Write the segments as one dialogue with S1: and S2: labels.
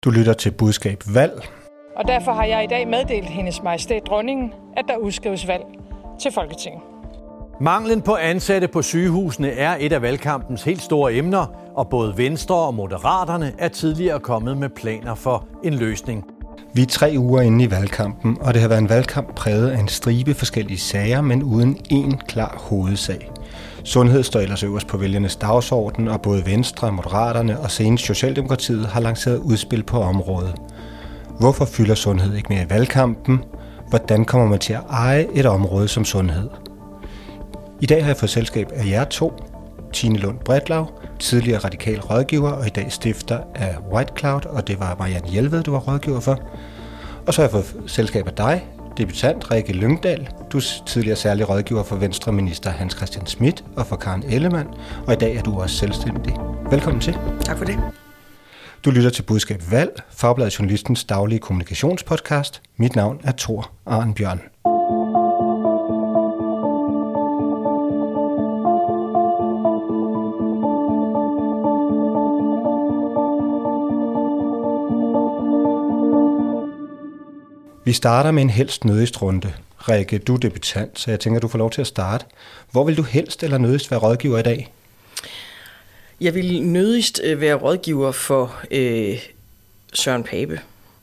S1: Du lytter til Budskab Valg.
S2: Og derfor har jeg i dag meddelt Hendes Majestæt Dronningen, at der udskrives valg til Folketinget.
S3: Manglen på ansatte på sygehusene er et af valgkampens helt store emner, og både Venstre og Moderaterne er tidligere kommet med planer for en løsning.
S1: Vi er 3 uger inde i valgkampen, og det har været en valgkamp præget af en stribe forskellige sager, men uden én klar hovedsag. Sundhed står ellers øverst på vælgernes dagsorden, og både Venstre, Moderaterne og senest Socialdemokratiet har lanceret udspil på området. Hvorfor fylder sundhed ikke mere i valgkampen? Hvordan kommer man til at eje et område som sundhed? I dag har jeg fået selskab af jer to, Tine Lund Bretlau, tidligere radikal rådgiver og i dag stifter af White Cloud, og det var Marianne Jelved, du var rådgiver for. Og så har jeg fået selskab af dig, debutant Rikke Lyngdal. Du er tidligere særlig rådgiver for Venstre-minister Hans Christian Schmidt og for Karen Ellemann, og i dag er du også selvstændig. Velkommen til.
S4: Tak for det.
S1: Du lytter til Budskab Valg, Fagbladet Journalistens daglige kommunikationspodcast. Mit navn er Thor Arnbjørn. Vi starter med en helst nødigst runde. Rikke, du er debutant, så jeg tænker, du får lov til at starte. Hvor vil du helst eller nødigst være rådgiver i dag?
S4: Jeg vil nødigst være rådgiver for Søren Pape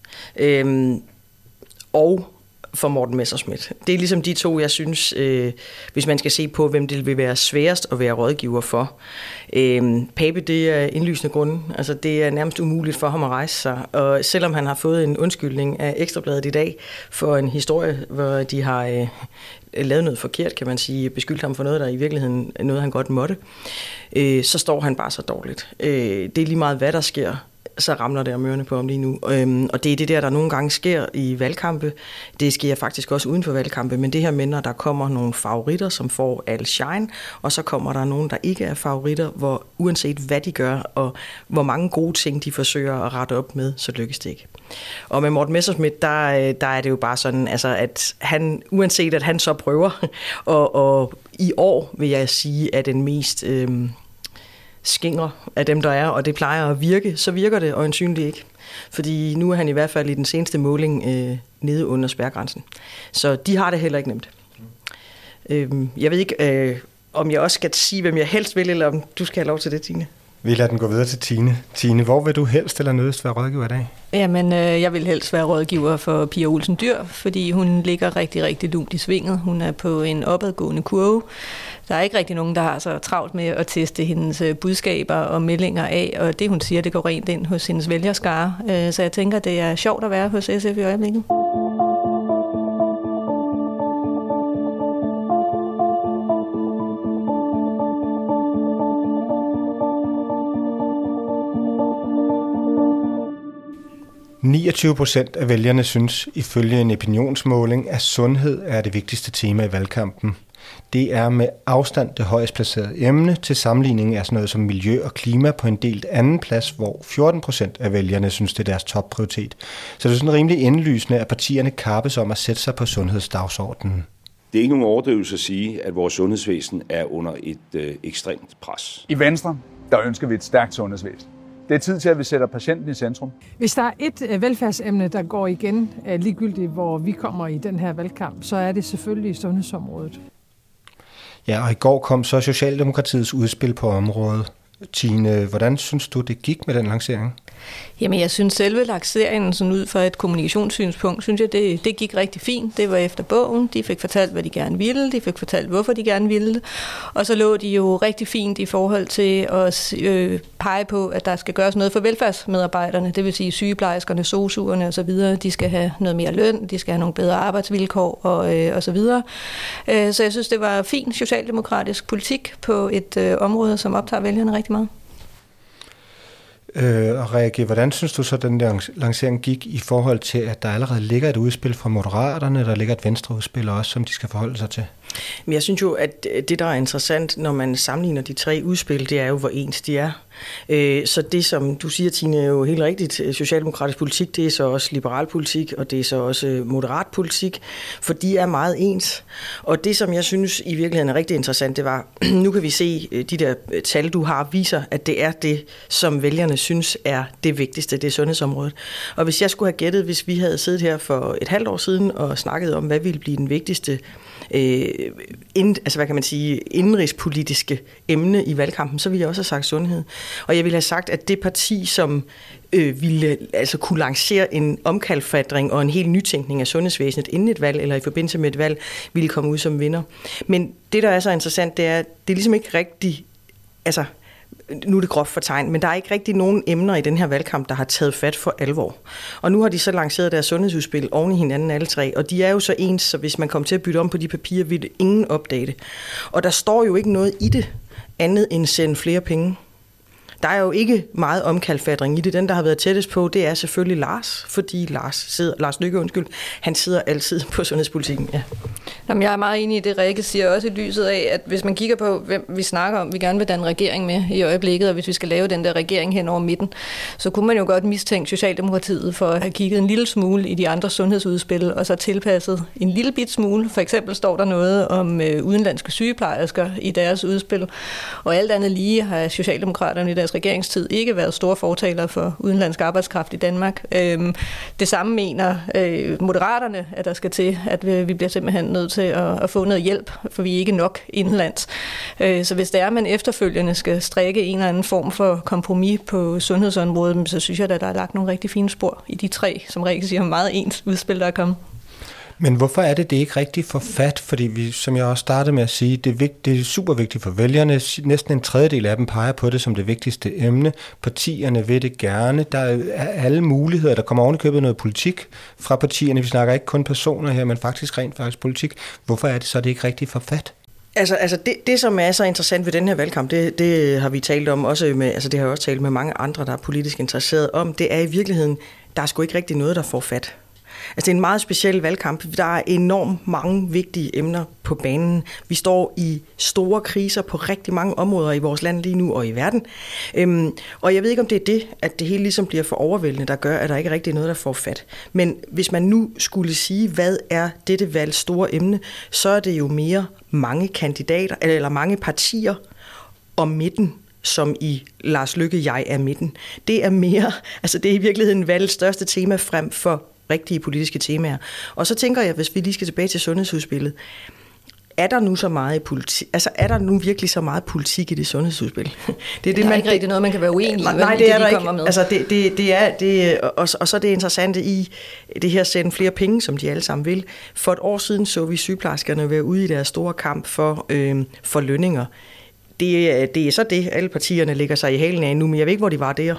S4: og for Morten Messerschmidt. Det er ligesom de to, jeg synes, hvis man skal se på, hvem det vil være sværest at være rådgiver for. Pape, det er indlysende grunde. Altså, det er nærmest umuligt for ham at rejse sig. Og selvom han har fået en undskyldning af Ekstra Bladet i dag for en historie, hvor de har lavet noget forkert, kan man sige, beskyldt ham for noget, der i virkeligheden er noget, han godt måtte, så står han bare så dårligt. Det er lige meget, hvad der sker, så ramler det om ørerne på ham lige nu. Og det er det der nogle gange sker i valgkampe. Det sker faktisk også uden for valgkampe, men det her med, når der kommer nogle favoritter, som får al shine, og så kommer der nogen, der ikke er favoritter, hvor uanset hvad de gør, og hvor mange gode ting de forsøger at rette op med, så lykkes det ikke. Og med Morten Messerschmidt, der er det jo bare sådan, altså, at han, uanset at han så prøver, og i år vil jeg sige, at den mest skingre af dem, der er, og det plejer at virke, så virker det øjensynligt ikke. Fordi nu er han i hvert fald i den seneste måling nede under spærregrænsen. Så de har det heller ikke nemt. Jeg ved ikke, om jeg også skal sige, hvem jeg helst vil, eller om du skal have lov til det, Tine.
S1: Vi lader den gå videre til Tine. Tine, hvor vil du helst eller nødigst være rådgiver i dag?
S5: Jamen, jeg vil helst være rådgiver for Pia Olsen Dyhr, fordi hun ligger rigtig, rigtig lunt i svinget. Hun er på en opadgående kurve. Der er ikke rigtig nogen, der har så travlt med at teste hendes budskaber og meldinger af, og det, hun siger, det går rent ind hos hendes vælgerskare. Så jeg tænker, det er sjovt at være hos SF i øjeblikket.
S1: % af vælgerne synes, ifølge en opinionsmåling, at sundhed er det vigtigste tema i valgkampen. Det er med afstand det højest placerede emne. Til sammenligning er sådan noget som miljø og klima på en delt anden plads, hvor 14% af vælgerne synes, det er deres topprioritet. Så det er sådan rimelig indlysende, at partierne kappes om at sætte sig på sundhedsdagsordenen.
S6: Det er ikke nogen overdrivelse at sige, at vores sundhedsvæsen er under et ekstremt pres.
S7: I Venstre, der ønsker vi et stærkt sundhedsvæsen. Det er tid til, at vi sætter patienten i centrum.
S2: Hvis der er et velfærdsemne, der går igen ligegyldigt, hvor vi kommer i den her valgkamp, så er det selvfølgelig sundhedsområdet.
S1: Ja, og i går kom så Socialdemokratiets udspil på området. Tine, hvordan synes du, det gik med den lancering?
S5: Jamen, jeg synes selve lanceringen, sådan ud fra et kommunikationssynspunkt, synes jeg, det gik rigtig fint. Det var efter bogen. De fik fortalt, hvad de gerne ville. De fik fortalt, hvorfor de gerne ville det. Og så lå de jo rigtig fint i forhold til at pege på, at der skal gøres noget for velfærdsmedarbejderne. Det vil sige sygeplejerskerne, sosuerne og så videre. De skal have noget mere løn. De skal have nogle bedre arbejdsvilkår og så videre. Så jeg synes, det var fin socialdemokratisk politik på et område, som optager vælgerne rigtig meget.
S1: Og Rikke, hvordan synes du så, at den der lancering gik i forhold til, at der allerede ligger et udspil fra Moderaterne, der ligger et Venstre-udspil også, som de skal forholde sig til?
S4: Men jeg synes jo, at det, der er interessant, når man sammenligner de 3 udspil, det er jo, hvor ens de er. Så det, som du siger, Tine, er jo helt rigtigt. Socialdemokratisk politik, det er så også liberal politik, og det er så også moderat politik, for de er meget ens. Og det, som jeg synes i virkeligheden er rigtig interessant, det var, nu kan vi se, de der tal, du har, viser, at det er det, som vælgerne synes er det vigtigste, det er sundhedsområdet. Og hvis jeg skulle have gættet, hvis vi havde siddet her for et halvt år siden og snakket om, hvad ville blive den vigtigste indenrigspolitiske emne i valgkampen, så ville jeg også have sagt sundhed. Og jeg ville have sagt, at det parti, som ville altså kunne lancere en omkalfatring og en helt nytænkning af sundhedsvæsenet inden et valg, eller i forbindelse med et valg, ville komme ud som vinder. Men det, der er så interessant, det er, det er ligesom ikke rigtigt, altså nu er det groft fortegn, men der er ikke rigtig nogen emner i den her valgkamp, der har taget fat for alvor. Og nu har de så lanceret deres sundhedsudspil oven i hinanden alle 3, og de er jo så ens, så hvis man kommer til at bytte om på de papirer, vil ingen opdage det. Og der står jo ikke noget i det, andet end sende flere penge. Der er jo ikke meget omkalfatring i det. Den, der har været tættest på, det er selvfølgelig Lars, fordi Lars Løkke, han sidder altid på sundhedspolitikken. Ja.
S5: Jamen, jeg er meget enig i det, Rikke siger, også i lyset af, at hvis man kigger på, hvem vi snakker om, vi gerne vil danne regering med i øjeblikket, og hvis vi skal lave den der regering hen over midten, så kunne man jo godt mistænke Socialdemokratiet for at have kigget en lille smule i de andre sundhedsudspil, og så tilpasset en lille bit smule. For eksempel står der noget om udenlandske sygeplejersker i deres udspil, og alt andet lige har Socialdemokraterne i deres regeringstid ikke været store fortalere for udenlandsk arbejdskraft i Danmark. Det samme mener Moderaterne, at der skal til, at vi bliver simpelthen nødt til at få noget hjælp, for vi er ikke nok indenlands. Så hvis det er, at man efterfølgende skal strikke en eller anden form for kompromis på sundhedsområdet, så synes jeg, at der er lagt nogle rigtig fine spor i de 3, som Rikke siger, meget ens udspil, der er kommet.
S1: Men hvorfor er det ikke rigtig for fat? Fordi vi, som jeg også startede med at sige, det er super vigtigt for vælgerne. Næsten en tredjedel af dem peger på det som det vigtigste emne. Partierne vil det gerne. Der er alle muligheder. Der kommer ovenikøbet noget politik fra partierne. Vi snakker ikke kun personer her, men rent faktisk politik. Hvorfor er det så, det ikke rigtig for fat?
S4: Altså det, som er så interessant ved den her valgkamp, det har vi talt om også med, altså det har jeg også talt med mange andre, der er politisk interesseret om, det er i virkeligheden, der er sgu ikke rigtig noget, der får fat. Altså det er en meget speciel valgkamp. Der er enormt mange vigtige emner på banen. Vi står i store kriser på rigtig mange områder i vores land lige nu og i verden. Og jeg ved ikke, om det er det, at det hele ligesom bliver for overvældende, der gør, at der ikke er rigtig noget, der får fat. Men hvis man nu skulle sige, hvad er dette valgs store emne, så er det jo mere mange kandidater, eller mange partier og midten, som i Lars Løkke, jeg er midten. Det er mere, altså det er i virkeligheden valgets største tema frem for rigtige politiske temaer. Og så tænker jeg, hvis vi lige skal tilbage til sundhedsudspillet, er der nu så meget politik? Altså er der nu virkelig så meget politik i det sundhedsudspil?
S5: Det er det, ikke rigtig noget, man kan være uenig i.
S4: Nej, det er der ikke. Altså og så er det interessante i det her sende flere penge, som de alle sammen vil. For et år siden så vi sygeplejerskerne være ude i deres store kamp for lønninger. Det er så det, alle partierne lægger sig i halen af nu, men jeg ved ikke, hvor de var der.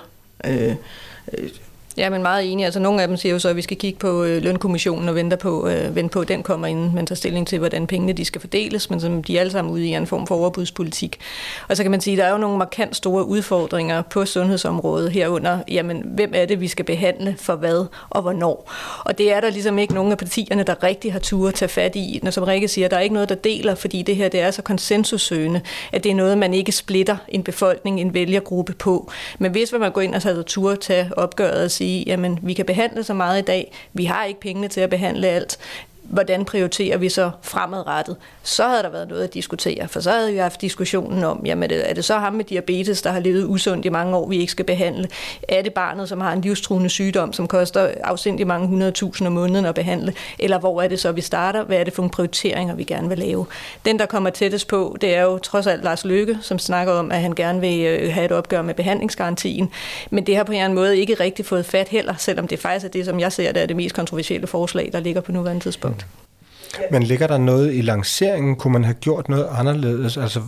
S5: Ja, men meget enig. Altså nogle af dem siger jo så, at vi skal kigge på lønkommissionen og vente på, at den kommer inden man tager stilling til, hvordan pengene de skal fordeles, men som de er alle sammen ude i en form for overbudspolitik. Og så kan man sige, at der er jo nogle markant store udfordringer på sundhedsområdet herunder. Jamen, hvem er det, vi skal behandle for hvad og hvornår? Og det er der ligesom ikke nogen af partierne, der rigtig har tur at tage fat i. Når som Rikke siger, der er ikke noget, der deler, fordi det her det er så konsensussøgende, at det er noget, man ikke splitter en befolkning, en vælgergruppe på. Men hvis man går ind og tager tur at tage opgøret og sige, jamen, vi kan behandle så meget i dag, vi har ikke pengene til at behandle alt, hvordan prioriterer vi så fremadrettet? Så havde der været noget at diskutere, for så havde vi haft diskussionen om, jamen er det så ham med diabetes, der har levet usundt i mange år, vi ikke skal behandle? Er det barnet, som har en livstruende sygdom, som koster afsindig mange 100.000 om måneden at behandle? Eller hvor er det så, vi starter? Hvad er det for nogle prioriteringer, vi gerne vil lave? Den, der kommer tættest på, det er jo trods alt Lars Løkke, som snakker om, at han gerne vil have et opgør med behandlingsgarantien. Men det har på en eller anden måde ikke rigtig fået fat heller, selvom det faktisk er det, som jeg ser, der er det mest kontroversielle forslag, der ligger på nuværende tidspunkt.
S1: Men ligger der noget i lanceringen? Kunne man have gjort noget anderledes? Altså,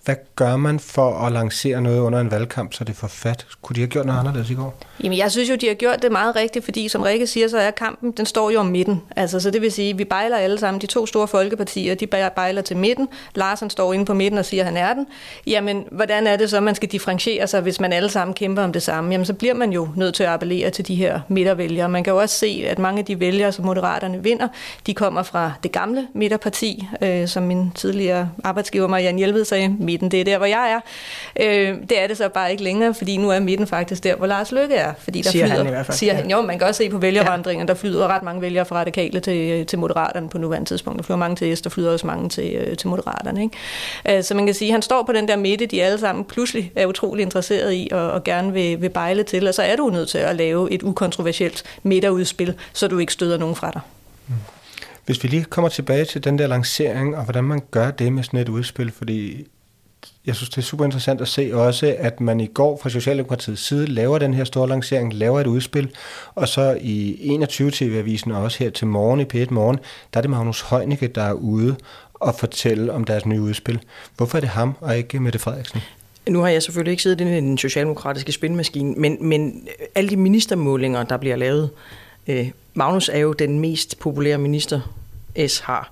S1: Hvad gør man for at lancere noget under en valgkamp, så det får fat? Kunne de have gjort noget anderledes i går?
S5: Jamen, jeg synes jo, de har gjort det meget rigtigt, fordi som Rikke siger, så er kampen, den står jo om midten. Altså, så det vil sige, at vi bejler alle sammen. De to store folkepartier, de bejler til midten. Larsen står inde på midten og siger, at han er den. Jamen, hvordan er det så, man skal differentiere sig, hvis man alle sammen kæmper om det samme? Jamen, så bliver man jo nødt til at appellere til de her midtervælgere. Man kan jo også se, at mange af de vælgere, som Moderaterne vinder, de kommer fra det gamle midterparti, som min tidligere arbejdsgiver Marianne Jelved sagde, midten, det er der, hvor jeg er. Det er det så bare ikke længere, fordi nu er midten faktisk der, hvor Lars Løkke er. Fordi der siger han. Jo, man kan også se på vælgervandringen, der flyder ret mange vælgere fra Radikale til Moderaterne på nuværende tidspunkt. Der flyder mange til S, der flyder også mange til Moderaterne. Ikke? Så man kan sige, at han står på den der midte, de alle sammen pludselig er utrolig interesseret i og gerne vil bejle til, og så er du nødt til at lave et ukontroversielt midterudspil, så du ikke støder nogen fra dig.
S1: Hvis vi lige kommer tilbage til den der lancering, og hvordan man gør det med sådan et udspil, fordi jeg synes, det er super interessant at se også, at man i går fra Socialdemokratiets side laver den her store lancering, laver et udspil, og så i 21 TV-avisen og også her til morgen i P1 Morgen, der er det Magnus Heunicke, der er ude og fortælle om deres nye udspil. Hvorfor er det ham og ikke Mette Frederiksen?
S4: Nu har jeg selvfølgelig ikke siddet inde i den socialdemokratiske spinmaskine, men alle de ministermålinger, der bliver lavet, Magnus er jo den mest populære minister, S har.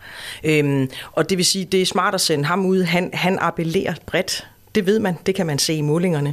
S4: Og det vil sige, det er smart at sende ham ud. Han appellerer bredt. Det ved man, det kan man se i målingerne.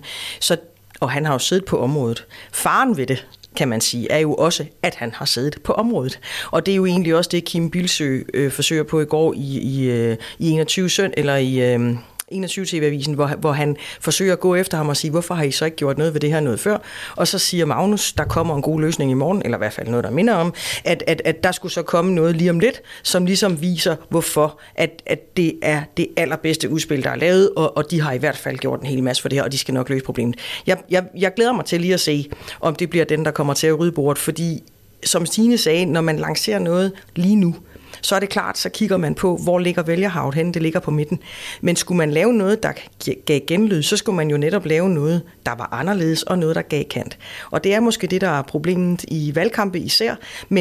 S4: Og han har jo siddet på området. Faren ved det, kan man sige, er jo også, at han har siddet på området. Og det er jo egentlig også det, Kim Bildsøe forsøger på i går i 21 eller i 21 TV-avisen, hvor han forsøger at gå efter ham og sige, hvorfor har I så ikke gjort noget ved det her noget før? Og så siger Magnus, der kommer en god løsning i morgen, eller i hvert fald noget, der minder om, at der skulle så komme noget lige om lidt, som ligesom viser, hvorfor at det er det allerbedste udspil, der er lavet, og de har i hvert fald gjort en hel masse for det her, og de skal nok løse problemet. Jeg glæder mig til lige at se, om det bliver den, der kommer til at rydde bordet, fordi som Stine sagde, når man lancerer noget lige nu, så er det klart, så kigger man på, hvor ligger vælgerhavet henne, det ligger på midten. Men skulle man lave noget, der gav genlyd, så skulle man jo netop lave noget, der var anderledes, og noget, der gav kant. Og det er måske det, der er problemet i valgkampe især,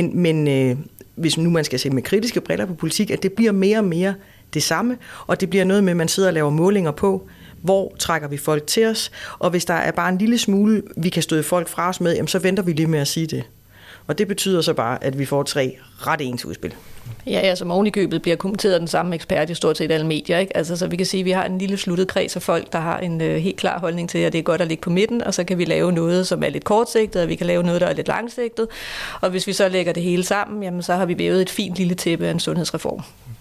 S4: men hvis nu man skal se med kritiske briller på politik, at det bliver mere og mere det samme, og det bliver noget med, at man sidder og laver målinger på, hvor trækker vi folk til os, og hvis der er bare en lille smule, vi kan støde folk fra os med, jamen, så venter vi lige med at sige det. Og det betyder så bare, at vi får 3 ret ens udspil.
S5: Ja, som oven i købet bliver kommenteret den samme ekspert i stort set alle medier, ikke? Altså, så vi kan sige, at vi har en lille sluttet kreds af folk, der har en helt klar holdning til, at det er godt at ligge på midten, og så kan vi lave noget, som er lidt kortsigtet, og vi kan lave noget, der er lidt langsigtet. Og hvis vi så lægger det hele sammen, jamen, så har vi vævet et fint lille tæppe af en sundhedsreform.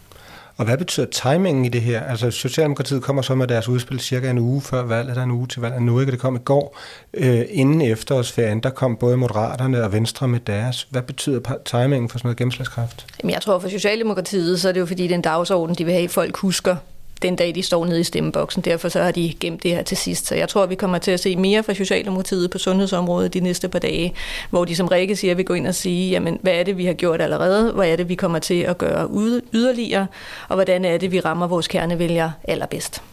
S1: Og hvad betyder timingen i det her? Altså Socialdemokratiet kommer så med deres udspil cirka en uge før valget, der en uge til valget. Nu ikke, det kom i går. Inden efterårsferien, der kom både Moderaterne og Venstre med deres. Hvad betyder timingen for sådan noget gennemslagskraft?
S5: Jamen, jeg tror for Socialdemokratiet, så er det jo fordi, det er en dagsorden, de vil have, at folk husker den dag, de står nede i stemmeboksen. Derfor så har de gemt det her til sidst. Så jeg tror, vi kommer til at se mere fra Socialdemokratiet på sundhedsområdet de næste par dage, hvor de som Rikke siger, vil gå ind og sige, jamen, hvad er det, vi har gjort allerede? Hvad er det, vi kommer til at gøre yderligere? Og hvordan er det, vi rammer vores kernevælgere allerbedst?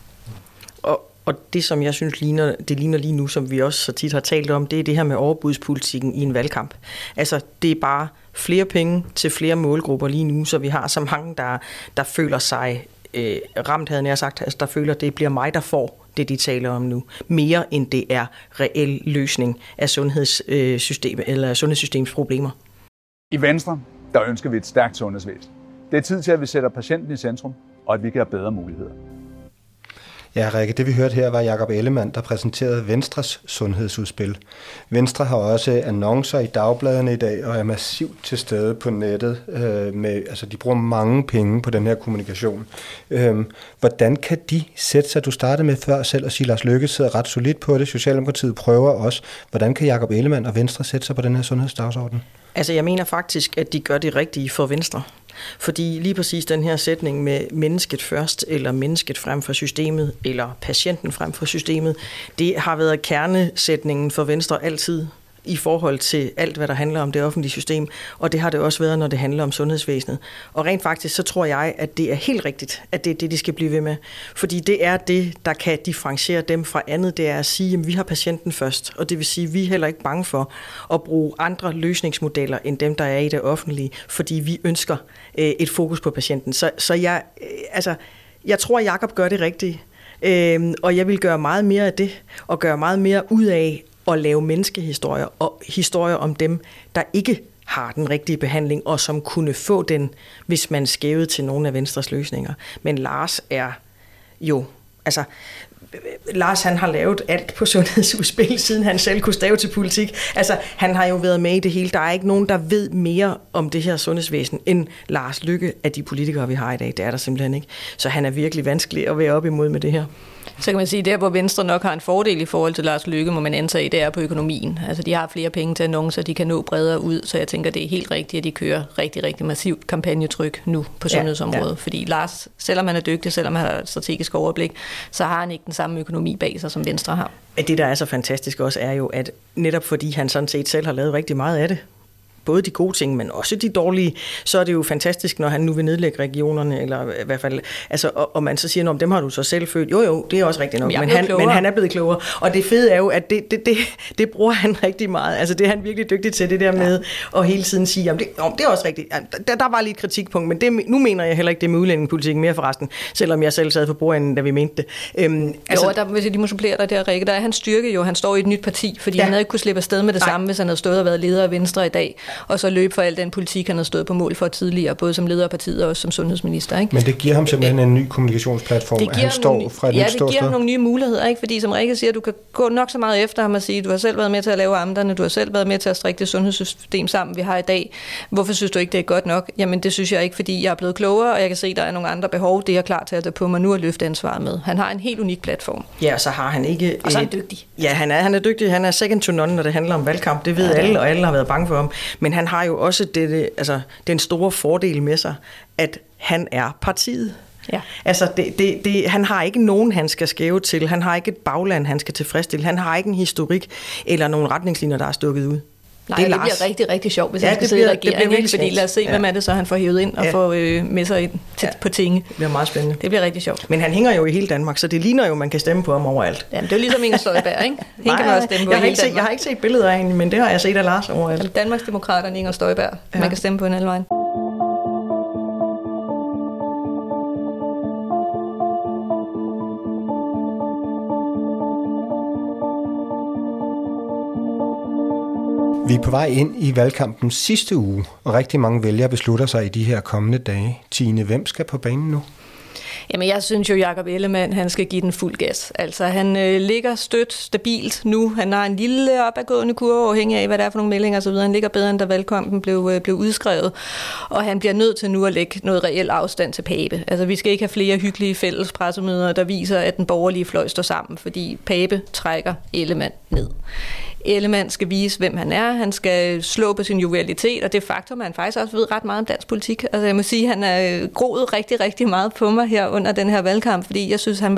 S4: Og det, som jeg synes ligner lige nu, som vi også så tit har talt om, det er det her med overbudspolitikken i en valgkamp. Altså, det er bare flere penge til flere målgrupper lige nu, så vi har så mange, der føler sig ramt, havde jeg sagt, altså der føler, at det bliver mig, der får det, de taler om nu. Mere end det er reel løsning af sundhedssystemets problemer.
S7: I Venstre, der ønsker vi et stærkt sundhedsvæsen. Det er tid til, at vi sætter patienten i centrum, og at vi kan have bedre muligheder.
S1: Ja, Rikke, det vi hørte her var Jakob Ellemann, der præsenterede Venstres sundhedsudspil. Venstre har også annoncer i dagbladene i dag og er massivt til stede på nettet. De bruger mange penge på den her kommunikation. Hvordan kan de sætte sig? Du startede med før selv at sige, at Lars Løkke sidder ret solidt på det. Socialdemokratiet prøver også. Hvordan kan Jakob Ellemann og Venstre sætte sig på den her sundhedsdagsorden?
S4: Altså, jeg mener faktisk, at de gør det rigtige for Venstre. Fordi lige præcis den her sætning med mennesket først, eller mennesket frem for systemet, eller patienten frem for systemet, det har været kernesætningen for Venstre altid i forhold til alt, hvad der handler om det offentlige system, og det har det også været, når det handler om sundhedsvæsenet. Og rent faktisk, så tror jeg, at det er helt rigtigt, at det er det, de skal blive ved med. Fordi det er det, der kan differentiere dem fra andet, det er at sige, at vi har patienten først, og det vil sige, at vi er heller ikke bange for at bruge andre løsningsmodeller, end dem, der er i det offentlige, fordi vi ønsker et fokus på patienten. Så jeg tror, at Jakob gør det rigtige. Og jeg vil gøre meget mere af det, og gøre meget mere ud af at lave menneskehistorier, og historier om dem, der ikke har den rigtige behandling, og som kunne få den, hvis man skævede til nogle af Venstres løsninger. Men Lars er jo, altså, Lars han har lavet alt på sundhedsudspil, siden han selv kunne stave til politik. Altså, han har jo været med i det hele. Der er ikke nogen, der ved mere om det her sundhedsvæsen, end Lars Løkke af de politikere, vi har i dag. Det er der simpelthen ikke. Så han er virkelig vanskelig at være op imod med det her.
S5: Så kan man sige, at der, hvor Venstre nok har en fordel i forhold til Lars Løkke, må man antage, det er på økonomien. Altså, de har flere penge til annoncer, de kan nå bredere ud, så jeg tænker, det er helt rigtigt, at de kører rigtig, rigtig massivt kampagnetryk nu på sundhedsområdet. Ja. Fordi Lars, selvom han er dygtig, selvom han har et strategisk overblik, så har han ikke den samme økonomi bag sig, som Venstre har.
S4: Det, der er så fantastisk også, er jo, at netop fordi han sådan set selv har lavet rigtig meget af det, både de gode ting, men også de dårlige, så er det jo fantastisk, når han nu vil nedlægge regionerne, eller i hvert fald, altså, og man så siger, dem har du så selv født. Jo, det er også rigtigt nok, men han er blevet klogere. Og det fede er jo, at det bruger han rigtig meget. Altså, det er han virkelig dygtig til, det der med at hele tiden sige, det er også rigtigt. Der var lige et kritikpunkt, men nu mener jeg heller ikke det med udlændingepolitikken mere forresten, selvom jeg selv sad for bordenden, da vi mente det.
S5: Hvis de må supplere dig der, Rikke, der er hans styrke jo, han står i et nyt parti, fordi han havde ikke kunne slippe afsted med det samme, hvis han havde stået og været leder af Venstre i dag, og så løbe for al den politik, han har stået på mål for tidligere, både som leder af partiet og også som sundhedsminister. Ikke?
S1: Men det giver ham simpelthen en ny kommunikationsplatform, at han står fra et nyt ståsted.
S5: Det giver ham nogle nye muligheder, ikke? Fordi som Rikke siger, du kan gå nok så meget efter ham og sige, du har selv været med til at lave amterne, du har selv været med til at strikke det sundhedssystem sammen, vi har i dag. Hvorfor synes du ikke, det er godt nok? Jamen det synes jeg ikke, fordi jeg er blevet klogere, og jeg kan se, at der er nogle andre behov, det er jeg klar til at tage på mig nu og løfte ansvaret med. Han har en helt unik platform.
S4: Ja, så har han ikke...
S5: Og så er han dygtig.
S4: Ja, han er dygtig. Han er second to none, når det handler om valgkamp. Det ved alle, og alle har været bange for ham. Men han har jo også den store fordel med sig, at han er partiet. Ja. Altså, han har ikke nogen, han skal skæve til. Han har ikke et bagland, han skal tilfredsstille. Han har ikke en historik eller nogle retningslinjer, der er stukket ud.
S5: Nej, det bliver rigtig, rigtig sjovt, hvis han skal sidde i regeringen, fordi lad os se, hvem er det så, han får hævet ind og får med sig på tinge.
S4: Det bliver meget spændende.
S5: Det bliver rigtig sjovt.
S4: Men han hænger jo i hele Danmark, så det ligner jo, man kan stemme på ham overalt.
S5: Ja, det er jo ligesom Inger Støjberg, ikke? Hende kan man også stemme på
S4: jeg har ikke set billeder af hende, men det har jeg set af Lars overalt.
S5: Danmarksdemokraterne Inger Støjberg. Man kan stemme på hende alle vejen.
S1: Vi er på vej ind i valgkampens sidste uge, og rigtig mange vælgere beslutter sig i de her kommende dage. Tine, hvem skal på banen nu?
S5: Jamen, jeg synes jo, Jakob Ellemann, han skal give den fuld gas. Altså, han ligger stødt stabilt nu. Han har en lille opadgående kurve, afhængig af, hvad der er for nogle meldinger osv. Han ligger bedre, end da valgkampen blev udskrevet. Og han bliver nødt til nu at lægge noget reel afstand til Pape. Altså, vi skal ikke have flere hyggelige fælles pressemøder, der viser, at den borgerlige fløj står sammen, fordi Pape trækker Ellemann ned. Ellemann skal vise, hvem han er. Han skal slå på sin jovialitet, og det faktum, at han faktisk også ved ret meget om dansk politik. Altså jeg må sige, at han er groet rigtig, rigtig meget på mig her under den her valgkamp, fordi jeg synes, han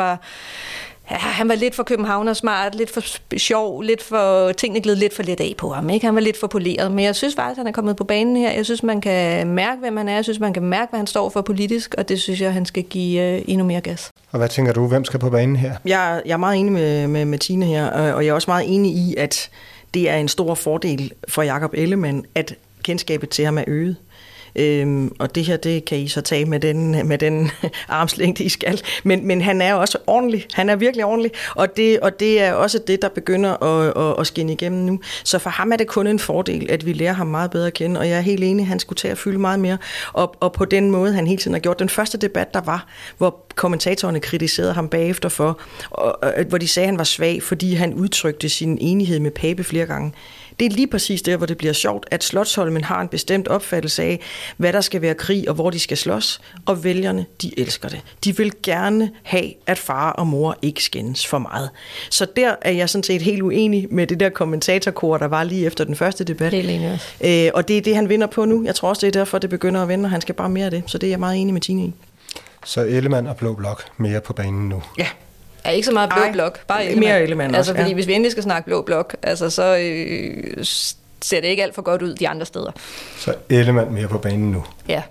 S5: var lidt for københavnersmart, lidt for sjov, lidt for tingene gled lidt for lidt af på ham. Ikke? Han var lidt for poleret, men jeg synes faktisk, at han er kommet på banen her. Jeg synes, man kan mærke, hvem han er. Jeg synes, man kan mærke, hvad han står for politisk, og det synes jeg, han skal give endnu mere gas.
S1: Og hvad tænker du, hvem skal på banen her?
S4: Jeg er meget enig med Tine her, og jeg er også meget enig i, at det er en stor fordel for Jakob Ellemann, at kendskabet til ham er øget. Og det her, det kan I så tage med den armslængde, I skal. Men han er også ordentlig. Han er virkelig ordentlig. Og det er også det, der begynder at skinne igennem nu. Så for ham er det kun en fordel, at vi lærer ham meget bedre at kende. Og jeg er helt enig, han skulle tage at fylde meget mere. Og på den måde, han hele tiden har gjort. Den første debat, der var, hvor kommentatorerne kritiserede ham bagefter for, hvor de sagde, at han var svag, fordi han udtrykte sin enighed med Pape flere gange. Det er lige præcis der, hvor det bliver sjovt, at Slotsholmen har en bestemt opfattelse af, hvad der skal være krig og hvor de skal slås, og vælgerne, de elsker det. De vil gerne have, at far og mor ikke skændes for meget. Så der er jeg sådan set helt uenig med det der kommentatorkor, der var lige efter den første debat.
S5: Helt enig også.
S4: Og det er det, han vinder på nu. Jeg tror også, det er derfor, det begynder at vinde, og han skal bare mere af det. Så det er jeg meget enig med Tine i.
S1: Så Ellemann og Blå Blok mere på banen nu?
S4: Ja.
S5: Er ikke så meget Blå Blok, bare Ellemann.
S4: Mere Ellemann
S5: altså, fordi hvis vi endelig skal snakke Blå Blok, altså, så ser det ikke alt for godt ud de andre steder.
S1: Så Ellemann mere på banen nu?
S5: Ja.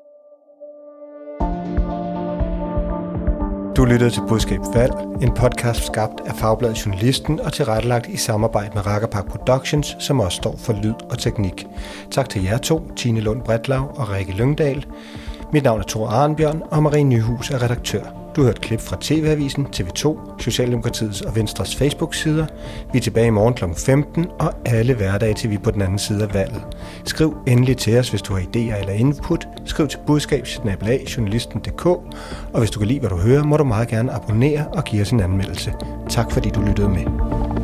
S1: Du lyttede til Budskab Valg, en podcast skabt af Fagbladet Journalisten og tilrettelagt i samarbejde med Rakkerpark Productions, som også står for lyd og teknik. Tak til jer to, Tine Lund Bretlau og Rikke Lyngdal. Mit navn er Thor Arnbjørn, og Marie Nyhus er redaktør. Du har hørt klip fra TV-avisen, TV2, Socialdemokratiets og Venstres Facebook-sider. Vi er tilbage i morgen kl. 15 og alle hverdage til vi er på den anden side af valget. Skriv endelig til os, hvis du har idéer eller input. Skriv til budskab@journalisten.dk. Og hvis du kan lide, hvad du hører, må du meget gerne abonnere og give os en anmeldelse. Tak fordi du lyttede med.